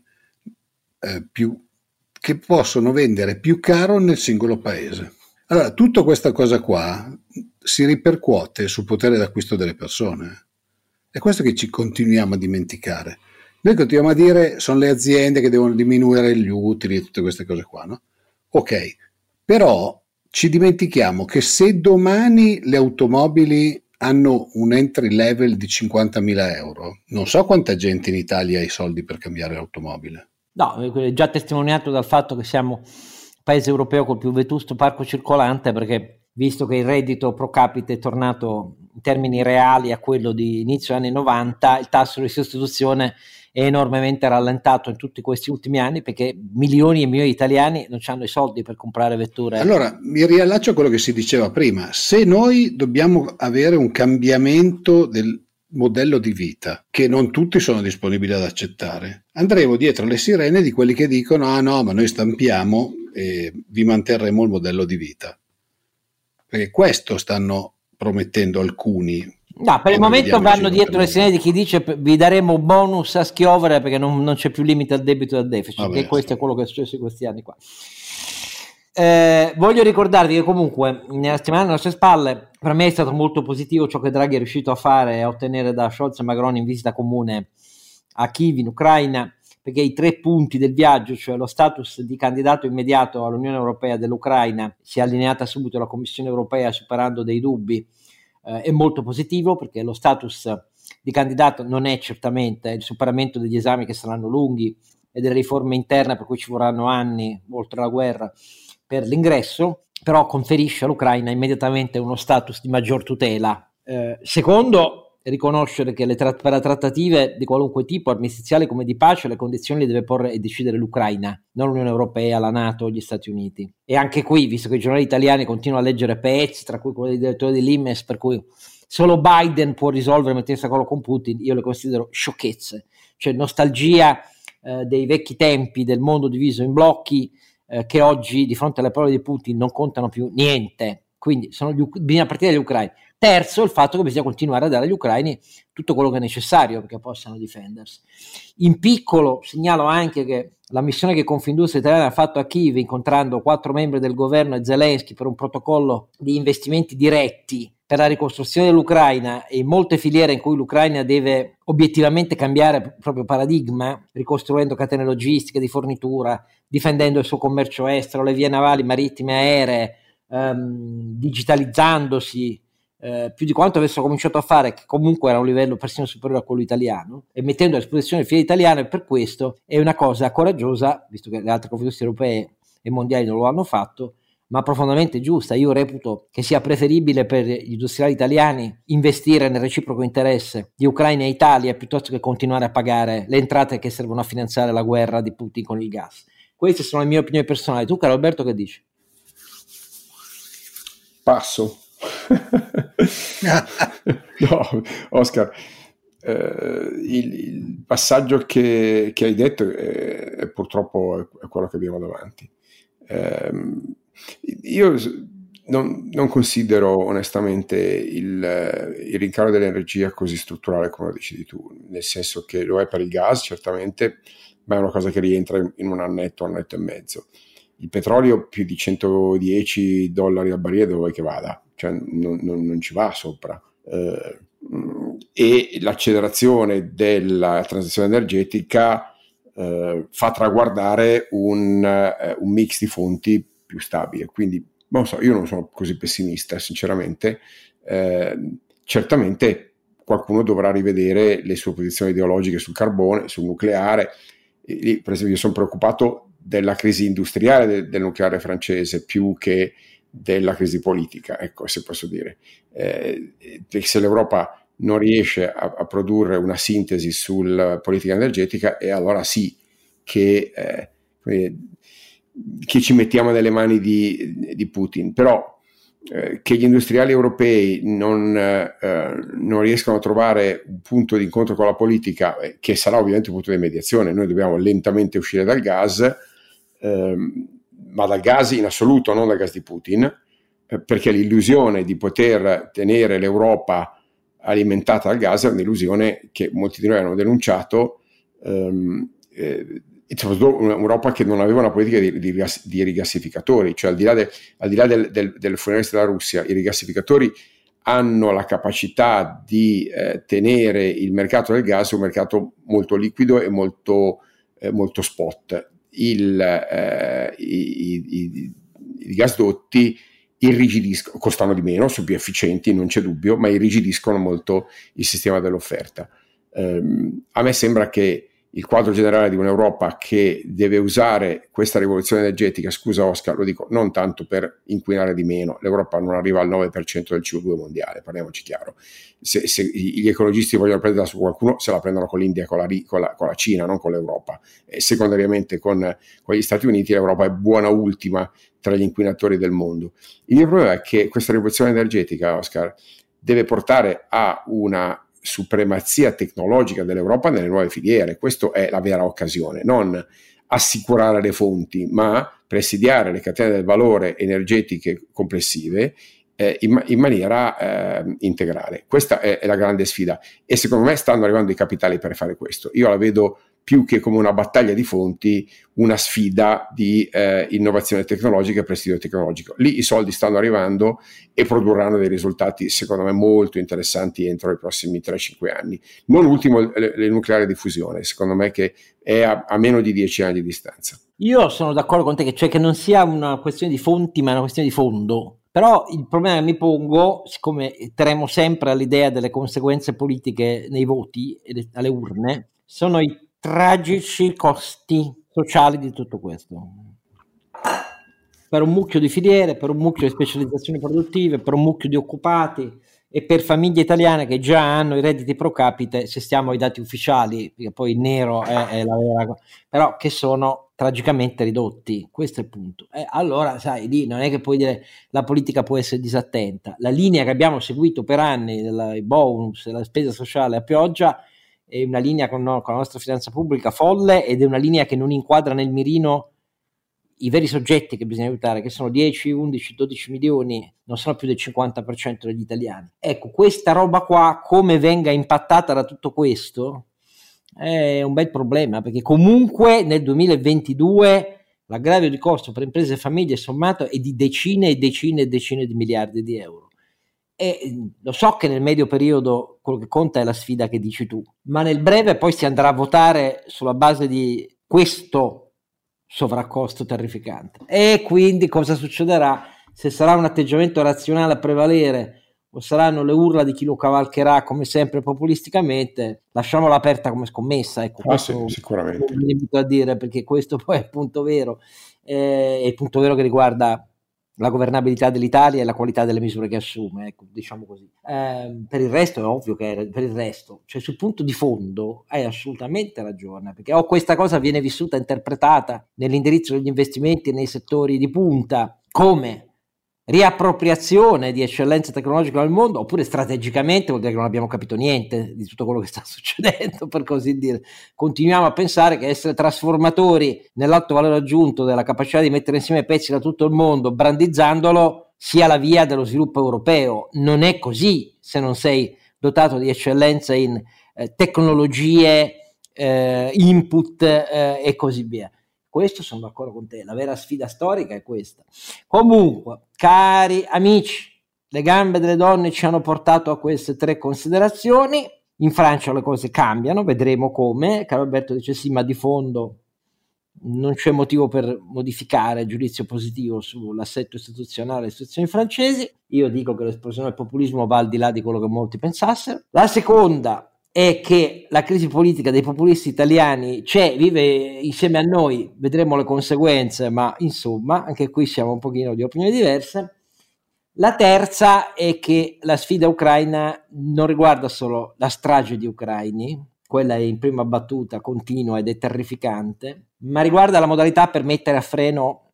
che possono vendere più caro nel singolo paese. Allora, tutta questa cosa qua si ripercuote sul potere d'acquisto delle persone. È questo che ci continuiamo a dimenticare. Noi continuiamo a dire sono le aziende che devono diminuire gli utili e tutte queste cose qua, no? Ok, però ci dimentichiamo che se domani le automobili hanno un entry level di 50.000 euro, non so quanta gente in Italia ha i soldi per cambiare l'automobile. No, è già testimoniato dal fatto che siamo il paese europeo col più vetusto parco circolante, perché visto che il reddito pro capite è tornato in termini reali a quello di inizio anni 90, il tasso di sostituzione è enormemente rallentato in tutti questi ultimi anni, perché milioni e milioni di italiani non hanno i soldi per comprare vetture. Allora, mi riallaccio a quello che si diceva prima. Se noi dobbiamo avere un cambiamento del modello di vita, che non tutti sono disponibili ad accettare, andremo dietro le sirene di quelli che dicono ah no, ma noi stampiamo e vi manterremo il modello di vita. Perché questo stanno promettendo alcuni. No, per il momento vanno dietro le sirene di chi dice vi daremo un bonus a schiovere perché non c'è più limite al debito e al deficit. Vabbè, che questo è quello che è successo in questi anni qua. Voglio ricordarvi che comunque nella settimana alle nostre spalle per me è stato molto positivo ciò che Draghi è riuscito a fare e a ottenere da Scholz e Macron in visita comune a Kiev in Ucraina, perché i 3 punti del viaggio, cioè lo status di candidato immediato all'Unione Europea dell'Ucraina, si è allineata subito la Commissione Europea superando dei dubbi, è molto positivo, perché lo status di candidato non è certamente il superamento degli esami che saranno lunghi e delle riforme interne per cui ci vorranno anni oltre la guerra per l'ingresso, però conferisce all'Ucraina immediatamente uno status di maggior tutela. Secondo, riconoscere che per le trattative di qualunque tipo, armistiziali come di pace, le condizioni le deve porre e decidere l'Ucraina, non l'Unione Europea, la NATO, gli Stati Uniti. E anche qui, visto che i giornali italiani continuano a leggere pezzi, tra cui quello del direttore dell'Immes, per cui solo Biden può risolvere mettersi d'accordo con Putin, io le considero sciocchezze, cioè nostalgia dei vecchi tempi del mondo diviso in blocchi, che oggi di fronte alle parole di Putin non contano più niente, quindi bisogna partire dagli ucraini. Terzo, il fatto che bisogna continuare a dare agli ucraini tutto quello che è necessario perché possano difendersi. In piccolo segnalo anche che la missione che Confindustria Italiana ha fatto a Kiev, incontrando 4 membri del governo e Zelensky per un protocollo di investimenti diretti per la ricostruzione dell'Ucraina e in molte filiere in cui l'Ucraina deve obiettivamente cambiare il proprio paradigma, ricostruendo catene logistiche di fornitura, difendendo il suo commercio estero, le vie navali, marittime, aeree, digitalizzandosi più di quanto avessero cominciato a fare, che comunque era a un livello persino superiore a quello italiano, e mettendo a disposizione le filiere italiane. Per questo è una cosa coraggiosa, visto che le altre confederazioni europee e mondiali non lo hanno fatto, ma profondamente giusta. Io reputo che sia preferibile per gli industriali italiani investire nel reciproco interesse di Ucraina e Italia piuttosto che continuare a pagare le entrate che servono a finanziare la guerra di Putin con il gas. Queste sono le mie opinioni personali. Tu, caro Alberto, che dici? Passo. No, Oscar, il passaggio che hai detto è purtroppo è quello che abbiamo davanti. Io non considero onestamente il rincaro dell'energia così strutturale come lo decidi tu, nel senso che lo è per il gas certamente, ma è una cosa che rientra in un annetto e mezzo. Il petrolio più di $110 al barile dove vuoi che vada, cioè non ci va sopra, e l'accelerazione della transizione energetica fa traguardare un mix di fonti più stabile. Quindi non so, io non sono così pessimista sinceramente. Certamente qualcuno dovrà rivedere le sue posizioni ideologiche sul carbone, sul nucleare. Per esempio io sono preoccupato della crisi industriale del nucleare francese più che della crisi politica, ecco, se posso dire. Se l'Europa non riesce a produrre una sintesi sulla politica energetica, e allora sì che ci mettiamo nelle mani di Putin. Però che gli industriali europei non riescano a trovare un punto di incontro con la politica, che sarà ovviamente un punto di mediazione. Noi dobbiamo lentamente uscire dal gas, ma dal gas in assoluto, non dal gas di Putin, perché l'illusione di poter tenere l'Europa alimentata dal gas è un'illusione che molti di noi hanno denunciato, un'Europa che non aveva una politica di rigassificatori, cioè al di là del fornirsi dalla Russia, i rigassificatori hanno la capacità di tenere il mercato del gas un mercato molto liquido e molto spot. I gasdotti irrigidiscono, costano di meno, sono più efficienti, non c'è dubbio, ma irrigidiscono molto il sistema dell'offerta. A me sembra che il quadro generale di un'Europa che deve usare questa rivoluzione energetica, scusa Oscar, lo dico non tanto per inquinare di meno, l'Europa non arriva al 9% del CO2 mondiale, parliamoci chiaro. Se gli ecologisti vogliono prenderla su qualcuno, se la prendono con l'India, con la Cina, non con l'Europa. E secondariamente con gli Stati Uniti l'Europa è buona ultima tra gli inquinatori del mondo. Il mio problema è che questa rivoluzione energetica, Oscar, deve portare a una supremazia tecnologica dell'Europa nelle nuove filiere. Questa è la vera occasione, non assicurare le fonti, ma presidiare le catene del valore energetiche complessive in maniera integrale. Questa è la grande sfida, e secondo me stanno arrivando i capitali per fare questo. Io la vedo più che come una battaglia di fonti, una sfida di innovazione tecnologica e presidio tecnologico. Lì i soldi stanno arrivando e produrranno dei risultati secondo me molto interessanti entro i prossimi 3-5 anni. Non ultimo il nucleare di fusione, secondo me, che è a meno di 10 anni di distanza. Io sono d'accordo con te, cioè che non sia una questione di fonti ma una questione di fondo. Però il problema che mi pongo, siccome terremo sempre all'idea delle conseguenze politiche nei voti e alle urne, sono i tragici costi sociali di tutto questo. Per un mucchio di filiere, per un mucchio di specializzazioni produttive, per un mucchio di occupati e per famiglie italiane che già hanno i redditi pro capite, se stiamo ai dati ufficiali, perché poi il nero è la vera cosa, però che sono tragicamente ridotti. Questo è il punto. Allora, sai, lì non è che puoi dire la politica può essere disattenta. La linea che abbiamo seguito per anni, i bonus, la spesa sociale a pioggia, è una linea con la nostra finanza pubblica folle, ed è una linea che non inquadra nel mirino i veri soggetti che bisogna aiutare, che sono 10, 11, 12 milioni, non sono più del 50% degli italiani. Ecco, questa roba qua, come venga impattata da tutto questo, è un bel problema, perché comunque nel 2022 l'aggravio di costo per imprese e famiglie sommato è di decine e decine e decine di miliardi di euro. E lo so che nel medio periodo quello che conta è la sfida che dici tu, ma nel breve poi si andrà a votare sulla base di questo sovraccosto terrificante. E quindi cosa succederà? Se sarà un atteggiamento razionale a prevalere o saranno le urla di chi lo cavalcherà come sempre populisticamente, lasciamola aperta come scommessa. Ecco, sì, sicuramente. Non mi limito a dire, perché questo poi è il punto vero, è il punto vero che riguarda la governabilità dell'Italia e la qualità delle misure che assume, ecco, diciamo così. Per il resto è ovvio che per il resto, cioè sul punto di fondo hai assolutamente ragione, perché questa cosa viene vissuta, interpretata nell'indirizzo degli investimenti nei settori di punta come riappropriazione di eccellenza tecnologica nel mondo, oppure strategicamente vuol dire che non abbiamo capito niente di tutto quello che sta succedendo, per così dire. Continuiamo a pensare che essere trasformatori nell'alto valore aggiunto della capacità di mettere insieme pezzi da tutto il mondo, brandizzandolo, sia la via dello sviluppo europeo. Non è così se non sei dotato di eccellenza in tecnologie, input e così via. Questo sono d'accordo con te, la vera sfida storica è questa. Comunque, cari amici, le gambe delle donne ci hanno portato a queste 3 considerazioni. In Francia le cose cambiano, vedremo come. Caro Alberto dice sì, ma di fondo non c'è motivo per modificare il giudizio positivo sull'assetto istituzionale delle istituzioni francesi. Io dico che l'esplosione del populismo va al di là di quello che molti pensassero. La seconda è che la crisi politica dei populisti italiani vive insieme a noi, vedremo le conseguenze, ma insomma anche qui siamo un pochino di opinioni diverse. La terza è che la sfida ucraina non riguarda solo la strage di ucraini, quella è in prima battuta, continua ed è terrificante, ma riguarda la modalità per mettere a freno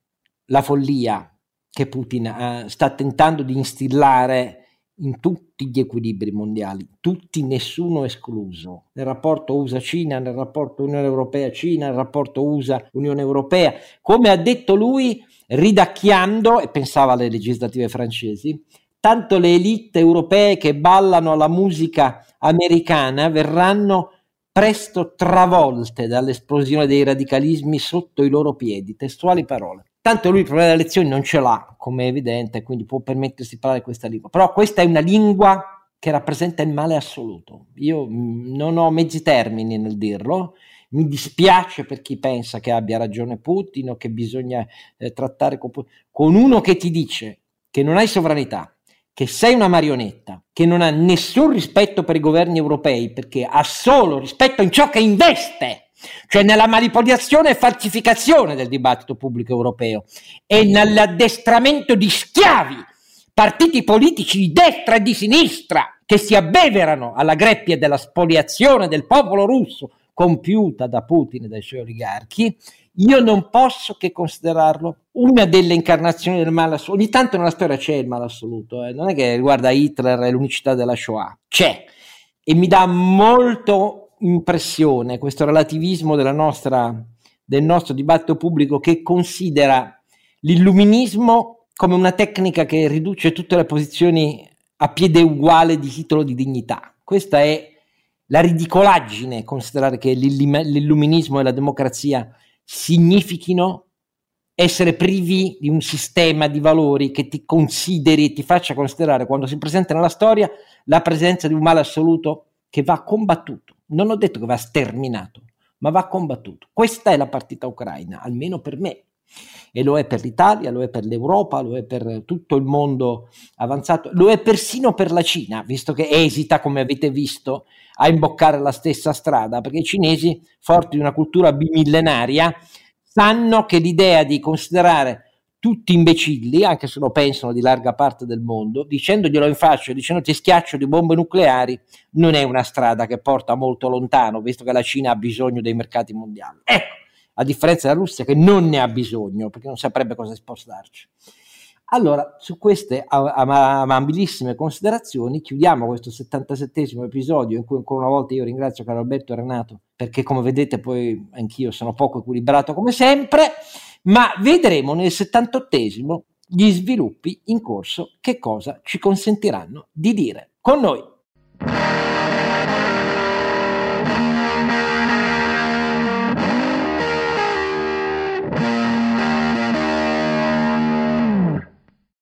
la che Putin sta tentando di instillare in tutti gli equilibri mondiali, tutti, nessuno escluso, nel rapporto USA-Cina, nel rapporto Unione Europea-Cina, nel rapporto USA-Unione Europea, come ha detto lui, ridacchiando, e pensava alle legislative francesi, tanto le elite europee che ballano alla musica americana verranno presto travolte dall'esplosione dei radicalismi sotto i loro piedi, testuali parole. Tanto lui il problema delle elezioni non ce l'ha, come è evidente, quindi può permettersi di parlare questa lingua. Però questa è una lingua che rappresenta il male assoluto. Io non ho mezzi termini nel dirlo. Mi dispiace per chi pensa che abbia ragione Putin o che bisogna trattare con uno che ti dice che non hai sovranità, che sei una marionetta, che non ha nessun rispetto per i governi europei perché ha solo rispetto in ciò che investe, cioè nella manipolazione e falsificazione del dibattito pubblico europeo e nell'addestramento di schiavi, partiti politici di destra e di sinistra che si abbeverano alla greppia della spoliazione del popolo russo compiuta da Putin e dai suoi oligarchi. Io non posso che considerarlo una delle incarnazioni del male assoluto. Ogni tanto nella storia c'è il male assoluto, non è che riguarda Hitler e l'unicità della Shoah, c'è, e mi dà molto impressione questo relativismo del nostro dibattito pubblico che considera l'illuminismo come una tecnica che riduce tutte le posizioni a piede uguale di titolo di dignità. Questa è la ridicolaggine considerare che l'illuminismo e la democrazia significhino essere privi di un sistema di valori che ti consideri e ti faccia considerare, quando si presenta nella storia, la presenza di un male assoluto che va combattuto. Non ho detto che va sterminato, ma va combattuto. Questa è la partita ucraina, almeno per me. E lo è per l'Italia, lo è per l'Europa, lo è per tutto il mondo avanzato, lo è persino per la Cina, visto che esita, come avete visto, a imboccare la stessa strada, perché i cinesi, forti di una cultura bimillenaria, sanno che l'idea di considerare tutti imbecilli, anche se lo pensano di larga parte del mondo, dicendoglielo in faccia, dicendo ti schiaccio di bombe nucleari, non è una strada che porta molto lontano, visto che la Cina ha bisogno dei mercati mondiali. Ecco, a differenza della Russia che non ne ha bisogno, perché non saprebbe cosa spostarci. Allora, su queste amabilissime considerazioni chiudiamo questo 77esimo episodio, in cui ancora una volta io ringrazio Carlo Alberto e Renato, perché come vedete poi anch'io sono poco equilibrato come sempre, ma vedremo nel 78esimo gli sviluppi in corso che cosa ci consentiranno di dire. Con noi